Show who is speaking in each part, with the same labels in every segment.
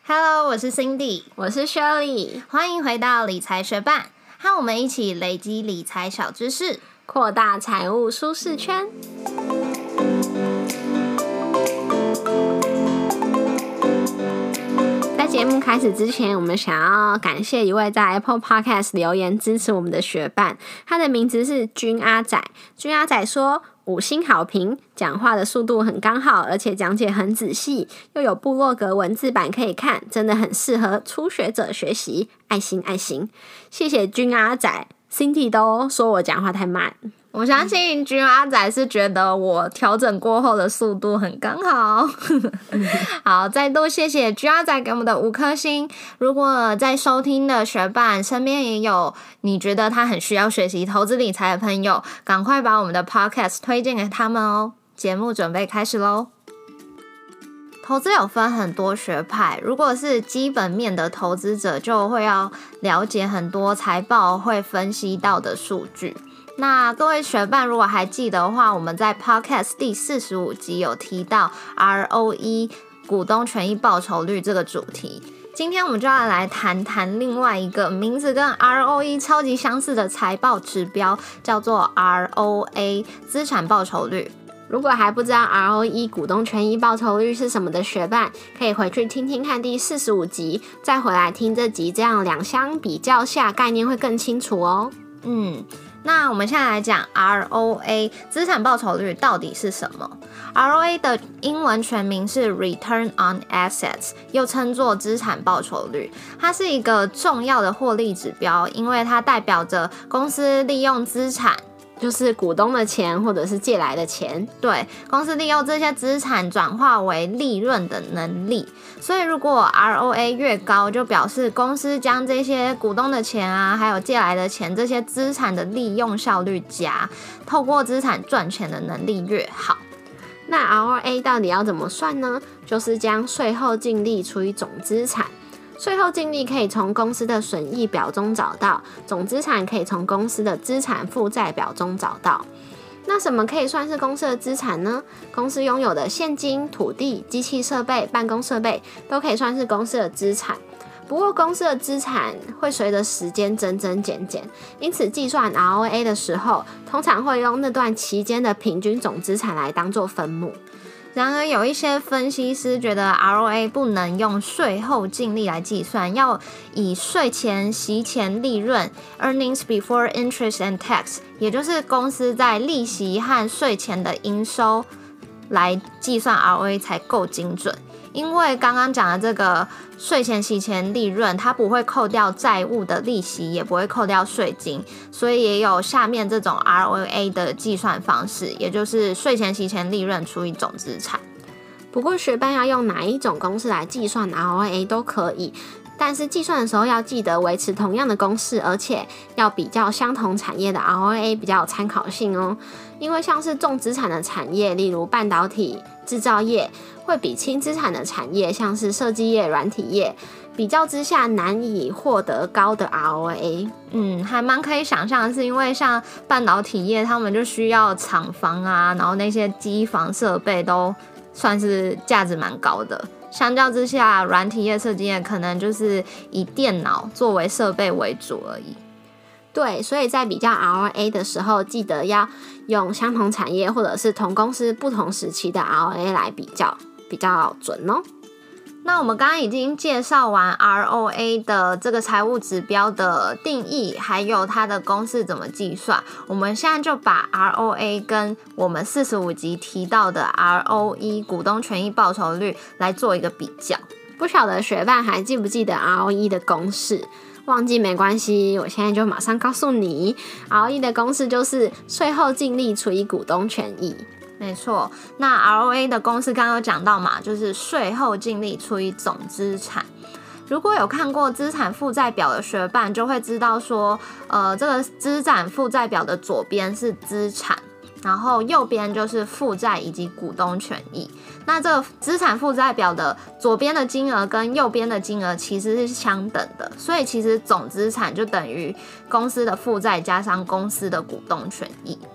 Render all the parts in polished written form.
Speaker 1: Hello， 我是 Cindy，
Speaker 2: 我是 Shirley，
Speaker 1: 欢迎回到理财学伴，和我们一起累积理财小知识，
Speaker 2: 扩大财务舒适圈。在节目开始之前，我们想要感谢一位在 Apple Podcast 留言支持我们的学伴，他的名字是君阿仔。君阿仔说：5星好评，讲话的速度很刚好，而且讲解很仔细，又有部落格文字版可以看，真的很适合初学者学习。爱心爱心，谢谢君阿仔。Cindy 都说我讲话太慢，
Speaker 1: 我相信君阿仔是觉得我调整过后的速度很刚好。好，再度谢谢君阿仔给我们的5颗星。如果在收听的学伴身边也有你觉得他很需要学习投资理财的朋友，赶快把我们的 podcast 推荐给他们哦。节目准备开始咯。投资有分很多学派，如果是基本面的投资者，就会要了解很多财报会分析到的数据。那各位学伴如果还记得的话，我们在 Podcast 第45集有提到 ROE 股东权益报酬率这个主题。今天我们就要来谈谈另外一个名字跟 ROE 超级相似的财报指标，叫做 ROA 资产报酬率。
Speaker 2: 如果还不知道 ROE 股东权益报酬率是什么的学伴，可以回去听听看第45集，再回来听这集，这样两相比较下概念会更清楚哦。
Speaker 1: 那我们现在来讲 ROA 资产报酬率到底是什么。 ROA 的英文全名是 Return on Assets， 又称作资产报酬率。它是一个重要的获利指标，因为它代表着公司利用资产，
Speaker 2: 就是股东的钱或者是借来的钱，
Speaker 1: 对，公司利用这些资产转化为利润的能力。所以如果 ROA 越高，就表示公司将这些股东的钱啊，还有借来的钱，这些资产的利用效率佳，透过资产赚钱的能力越好。
Speaker 2: 那 ROA 到底要怎么算呢？就是将税后净利除以总资产。税后净利可以从公司的损益表中找到，总资产可以从公司的资产负债表中找到。那什么可以算是公司的资产呢？公司拥有的现金、土地、机器设备、办公设备都可以算是公司的资产。不过公司的资产会随着时间增增减减，因此计算 ROA 的时候，通常会用那段期间的平均总资产来当作分母。
Speaker 1: 然而有一些分析师觉得 ROA 不能用税后净利来计算，要以税前息前利润 Earnings before interest and tax， 也就是公司在利息和税前的营收来计算 ROA 才够精准。因为刚刚讲的这个税前息前利润，它不会扣掉债务的利息，也不会扣掉税金，所以也有下面这种 ROA 的计算方式，也就是税前息前利润除以总资产。
Speaker 2: 不过学伴要用哪一种公式来计算 ROA 都可以，但是计算的时候要记得维持同样的公式，而且要比较相同产业的 ROA 比较有参考性哦。因为像是重资产的产业，例如半导体、制造业，会比轻资产的产业，像是设计业、软体业，比较之下难以获得高的 ROA。
Speaker 1: 还蛮可以想象的是，因为像半导体业，他们就需要厂房啊，然后那些机房设备都算是价值蛮高的。相较之下，软体业、设计业可能就是以电脑作为设备为主而已。
Speaker 2: 对，所以在比较 ROA 的时候，记得要用相同产业或者是同公司不同时期的 ROA 来比较，比较准哦。
Speaker 1: 那我们刚刚已经介绍完 ROA 的这个财务指标的定义，还有它的公式怎么计算。我们现在就把 ROA 跟我们45集提到的 ROE 股东权益报酬率来做一个比较。
Speaker 2: 不晓得学伴还记不记得 ROE 的公式？忘记没关系，我现在就马上告诉你。ROE 的公式就是税后净利除以股东权益。
Speaker 1: 没错，那 ROA 的公式刚刚有讲到嘛，就是税后净利除以总资产。如果有看过资产负债表的学伴，就会知道说，这个资产负债表的左边是资产，然后右边就是负债以及股东权益。那这个资产负债表的左边的金额跟右边的金额其实是相等的，所以其实总资产就等于公司的负债加上公司的股东权益。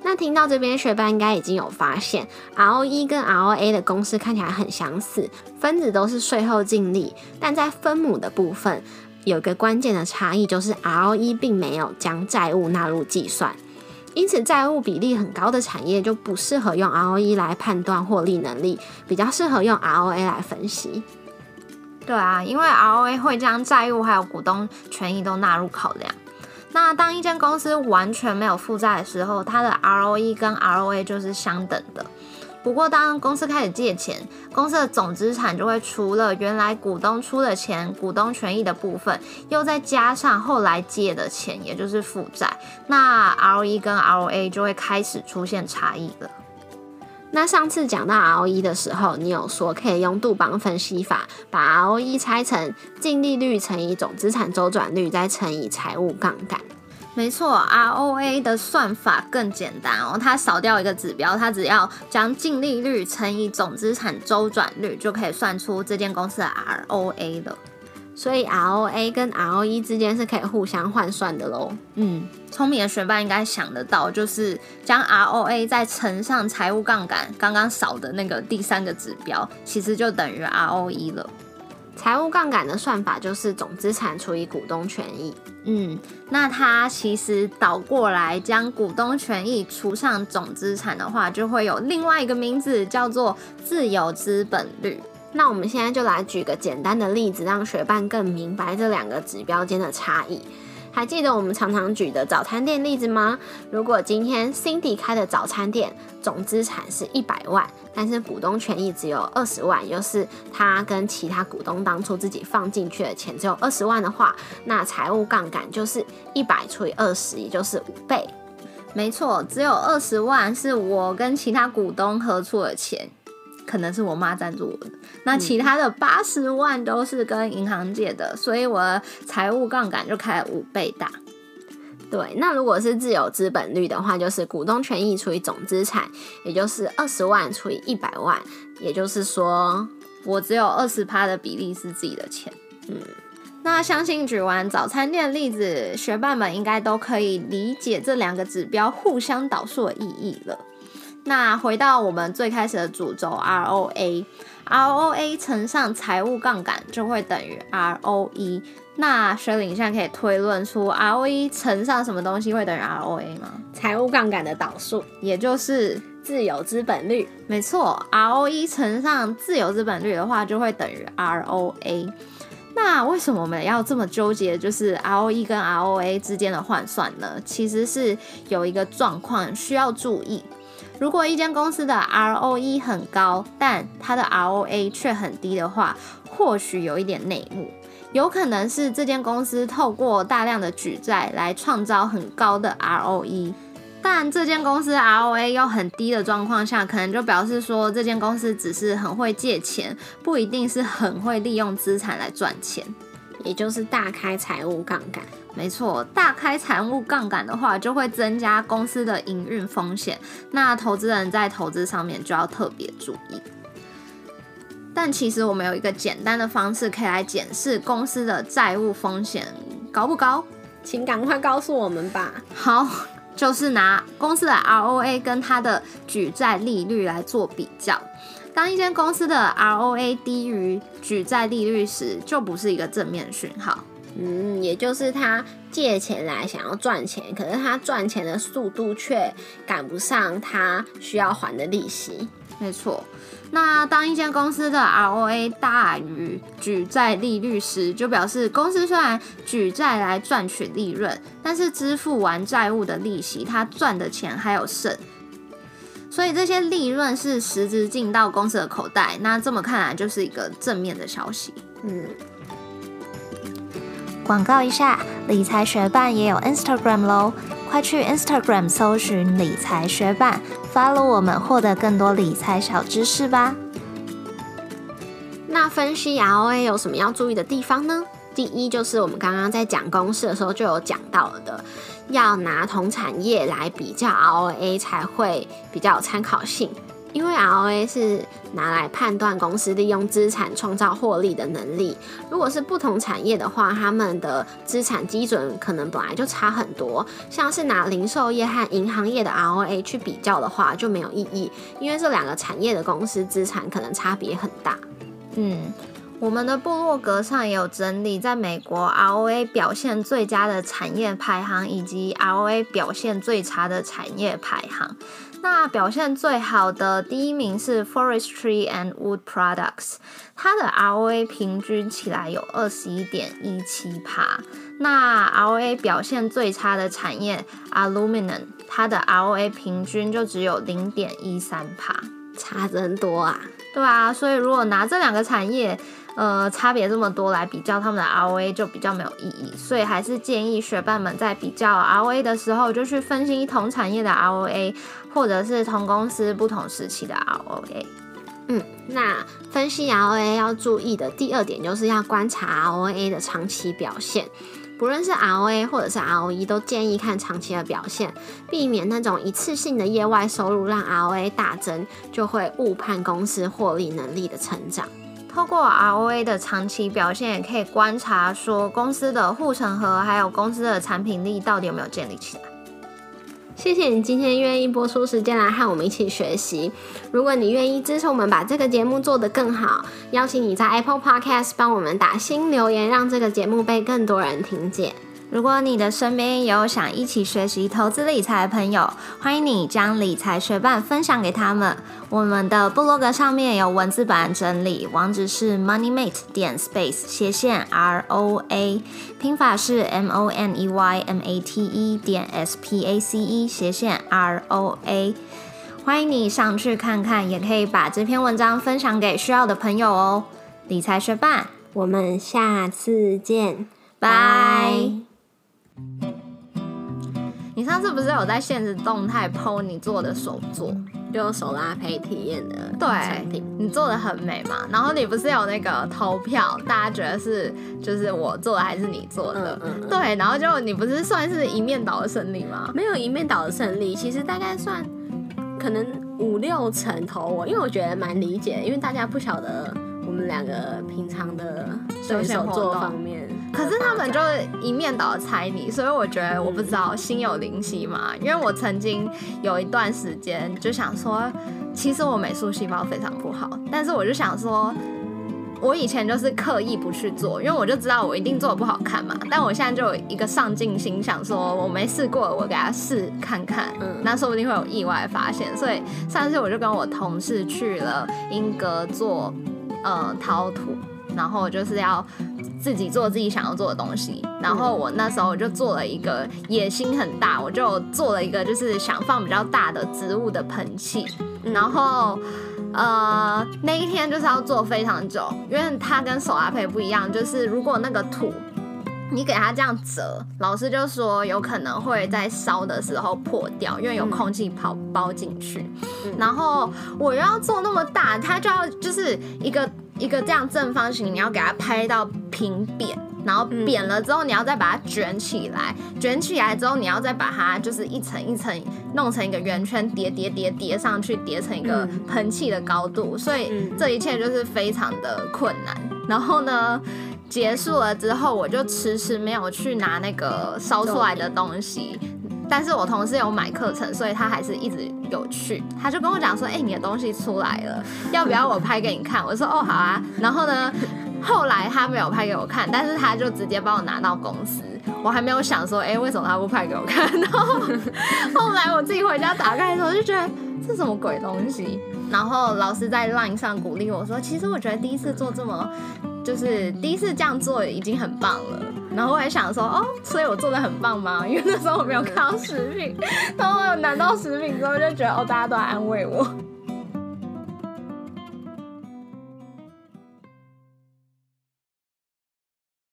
Speaker 2: 那听到这边，学班应该已经有发现 ，ROE 跟 ROA 的公式看起来很相似，分子都是税后净利，但在分母的部分有一个关键的差异，就是 ROE 并没有将债务纳入计算，因此债务比例很高的产业就不适合用 ROE 来判断获利能力，比较适合用 ROA 来分析。
Speaker 1: 对啊，因为 ROA 会将债务还有股东权益都纳入考量。那当一间公司完全没有负债的时候，它的 ROE 跟 ROA 就是相等的。不过当公司开始借钱，公司的总资产就会除了原来股东出的钱、股东权益的部分，又再加上后来借的钱，也就是负债，那 ROE 跟 ROA 就会开始出现差异了。
Speaker 2: 那上次讲到 ROE 的时候，你有说可以用杜邦分析法，把 ROE 拆成净利率乘以总资产周转率，再乘以财务杠杆。
Speaker 1: 没错 ，ROA 的算法更简单哦，它少掉一个指标，它只要将净利率乘以总资产周转率，就可以算出这间公司的 ROA 了。
Speaker 2: 所以 ROA 跟 ROE 之间是可以互相换算的咯。
Speaker 1: 聪明的学霸应该想得到，就是将 ROA 再乘上财务杠杆刚刚少的那个第三个指标，其实就等于 ROE 了。
Speaker 2: 财务杠杆的算法就是总资产除以股东权益。
Speaker 1: 那它其实倒过来将股东权益除上总资产的话，就会有另外一个名字叫做自有资本率。
Speaker 2: 那我们现在就来举个简单的例子，让学伴更明白这两个指标间的差异。还记得我们常常举的早餐店例子吗？如果今天 Cindy 开的早餐店总资产是100万，但是股东权益只有20万，也就是他跟其他股东当初自己放进去的钱只有20万的话，那财务杠杆就是100除以20，也就是5倍。
Speaker 1: 没错，只有20万是我跟其他股东合作的钱，可能是我妈赞助我的，那其他的80万都是跟银行借的，所以我的财务杠杆就开了5倍大。
Speaker 2: 对，那如果是自有资本率的话，就是股东权益除以总资产，也就是20万除以100万，也就是说
Speaker 1: 我只有20% 的比例是自己的钱。那相信举完早餐店的例子，学伴们应该都可以理解这两个指标互相导数的意义了。那回到我们最开始的主轴 ROA 乘上财务杠杆就会等于 ROE。那学玲现在可以推论出 ROE 乘上什么东西会等于 ROA 吗？
Speaker 2: 财务杠杆的导数，
Speaker 1: 也就是
Speaker 2: 自有资本率。
Speaker 1: 没错， ROE 乘上自有资本率的话就会等于 ROA。那为什么我们要这么纠结，就是 ROE 跟 ROA 之间的换算呢？其实是有一个状况需要注意。如果一间公司的 ROE 很高，但它的 ROA 却很低的话，或许有一点内幕，有可能是这间公司透过大量的举债来创造很高的 ROE， 但这间公司 ROA 又很低的状况下，可能就表示说这间公司只是很会借钱，不一定是很会利用资产来赚钱，
Speaker 2: 也就是大开财务杠杆。
Speaker 1: 没错，大开财务杠杆的话，就会增加公司的营运风险，那投资人在投资上面就要特别注意。但其实我们有一个简单的方式可以来检视公司的债务风险高不高，
Speaker 2: 请赶快告诉我们吧。
Speaker 1: 好，就是拿公司的 ROA 跟它的举债利率来做比较。当一间公司的 ROA 低于举债利率时，就不是一个正面讯号。
Speaker 2: 也就是他借钱来想要赚钱，可是他赚钱的速度却赶不上他需要还的利息。
Speaker 1: 没错，那当一间公司的 ROA 大于举债利率时，就表示公司虽然举债来赚取利润，但是支付完债务的利息，他赚的钱还有剩，所以这些利润是实质进到公司的口袋。那这么看来，就是一个正面的消息。
Speaker 3: 广告一下，理财学伴也有 Instagram 咯，快去 Instagram 搜寻理财学伴 ，follow 我们，获得更多理财小知识吧。
Speaker 2: 那分析 ROA 有什么要注意的地方呢？第一就是我们刚刚在讲公式的时候就有讲到了的，要拿同产业来比较 ROA 才会比较有参考性。 因为 ROA 是拿来判断公司利用资产创造获利的能力。如果是不同产业的话，他们的资产基准可能本来就差很多。像是拿零售业和银行业的 ROA 去比较的话，就没有意义，因为这两个产业的公司资产可能差别很大。
Speaker 1: 我们的部落格上也有整理，在美国 ROA 表现最佳的产业排行，以及 ROA 表现最差的产业排行。那表现最好的第一名是 Forestry and Wood Products， 它的 ROA 平均起来有 21.17%。那 ROA 表现最差的产业 Aluminum， 它的 ROA 平均就只有 0.13%，
Speaker 2: 差真多啊。
Speaker 1: 对啊，所以如果拿这两个产业差别这么多来比较他们的 ROA 就比较没有意义，所以还是建议学伴们在比较 ROA 的时候就去分析同产业的 ROA， 或者是同公司不同时期的 ROA。
Speaker 2: 那分析 ROA 要注意的第二点就是要观察 ROA 的长期表现。不论是 ROA 或者是 ROE 都建议看长期的表现，避免那种一次性的业外收入让 ROA 大增，就会误判公司获利能力的成长。
Speaker 1: 透过 ROA 的长期表现，也可以观察说公司的护城河还有公司的产品力到底有没有建立起来。
Speaker 2: 谢谢你今天愿意播出时间来和我们一起学习。如果你愿意支持我们把这个节目做得更好，邀请你在 Apple Podcast 帮我们打新留言，让这个节目被更多人听见。
Speaker 1: 如果你的身边有想一起学习投资理财的朋友，欢迎你将理财学伴分享给他们。我们的部落格上面有文字版整理，网址是 moneymate.space/ROA， 拼法是 moneymate.space/ROA。欢迎你上去看看，也可以把这篇文章分享给需要的朋友哦。理财学伴，
Speaker 2: 我们下次见，
Speaker 1: 拜。你上次不是有在限时动态 po 你做的手作，
Speaker 2: 就手拉胚体验的产品，
Speaker 1: 对，你做的很美嘛。然后你不是有那个投票，大家觉得是就是我做的还是你做的？对，然后就你不是算是一面倒的胜利吗？
Speaker 2: 没有一面倒的胜利，其实大概算可能5-6成投我，因为我觉得蛮理解的，因为大家不晓得我们两个平常的对手作方面。
Speaker 1: 可是他们就一面倒的猜你，所以我觉得我不知道心有灵犀嘛，因为我曾经有一段时间就想说，其实我美术细胞非常不好，但是我就想说，我以前就是刻意不去做，因为我就知道我一定做的不好看嘛。但我现在就有一个上进心，想说我没试过，我给他试看看，那说不定会有意外发现。所以上次我就跟我同事去了英格做陶土，然后就是要自己做自己想要做的东西。然后我那时候就做了一个野心很大，我就做了一个就是想放比较大的植物的盆器，然后那一天就是要做非常久，因为它跟手拉胚不一样，就是如果那个土你给它这样折，老师就说有可能会在烧的时候破掉，因为有空气包进去。然后我又要做那么大，它就要就是一个这样正方形，你要给它拍到平扁，然后扁了之后你要再把它卷起来，卷起来之后你要再把它就是一层一层弄成一个圆圈，叠上去，叠成一个喷气的高度，所以这一切就是非常的困难。然后呢，结束了之后，我就迟迟没有去拿那个烧出来的东西。但是我同事有买课程，所以他还是一直有去。他就跟我讲说：“你的东西出来了，要不要我拍给你看？”我说：“哦，好啊。”然后呢，后来他没有拍给我看，但是他就直接帮我拿到公司。我还没有想说，为什么他不拍给我看？然后后来我自己回家打开的时候，就觉得这什么鬼东西。然后老师在 LINE 上鼓励我说：“其实我觉得第一次做这么，就是第一次这样做已经很棒了。”然后我也想说，所以我做的很棒吗？因为那时候我没有看到食品，然后我有拿到食品之后就觉得，大家都在安慰我。